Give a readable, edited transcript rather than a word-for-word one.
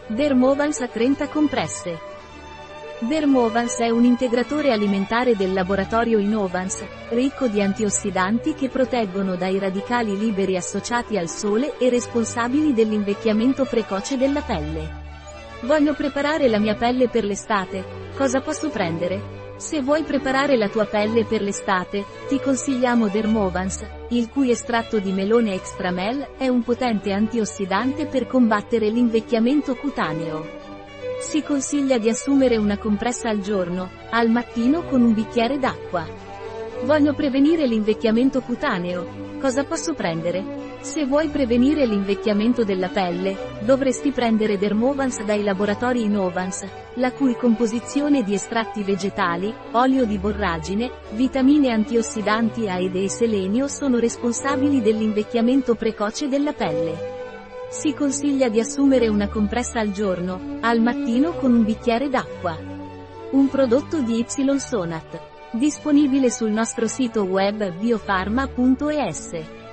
Dermovans 30 compresse. Dermovans è un integratore alimentare del laboratorio Innovans, ricco di antiossidanti che proteggono dai radicali liberi associati al sole e responsabili dell'invecchiamento precoce della pelle. Voglio preparare la mia pelle per l'estate, cosa posso prendere? Se vuoi preparare la tua pelle per l'estate, ti consigliamo Dermovans, il cui estratto di melone extramel è un potente antiossidante per combattere l'invecchiamento cutaneo. Si consiglia di assumere una compressa al giorno, al mattino con un bicchiere d'acqua. Voglio prevenire l'invecchiamento cutaneo, cosa posso prendere? Se vuoi prevenire l'invecchiamento della pelle, dovresti prendere Dermovans dai laboratori Innovans, la cui composizione di estratti vegetali, olio di borragine, vitamine antiossidanti A ed E e selenio sono responsabili dell'invecchiamento precoce della pelle. Si consiglia di assumere una compressa al giorno, al mattino con un bicchiere d'acqua. Un prodotto di Ysonat. Disponibile sul nostro sito web biofarma.es.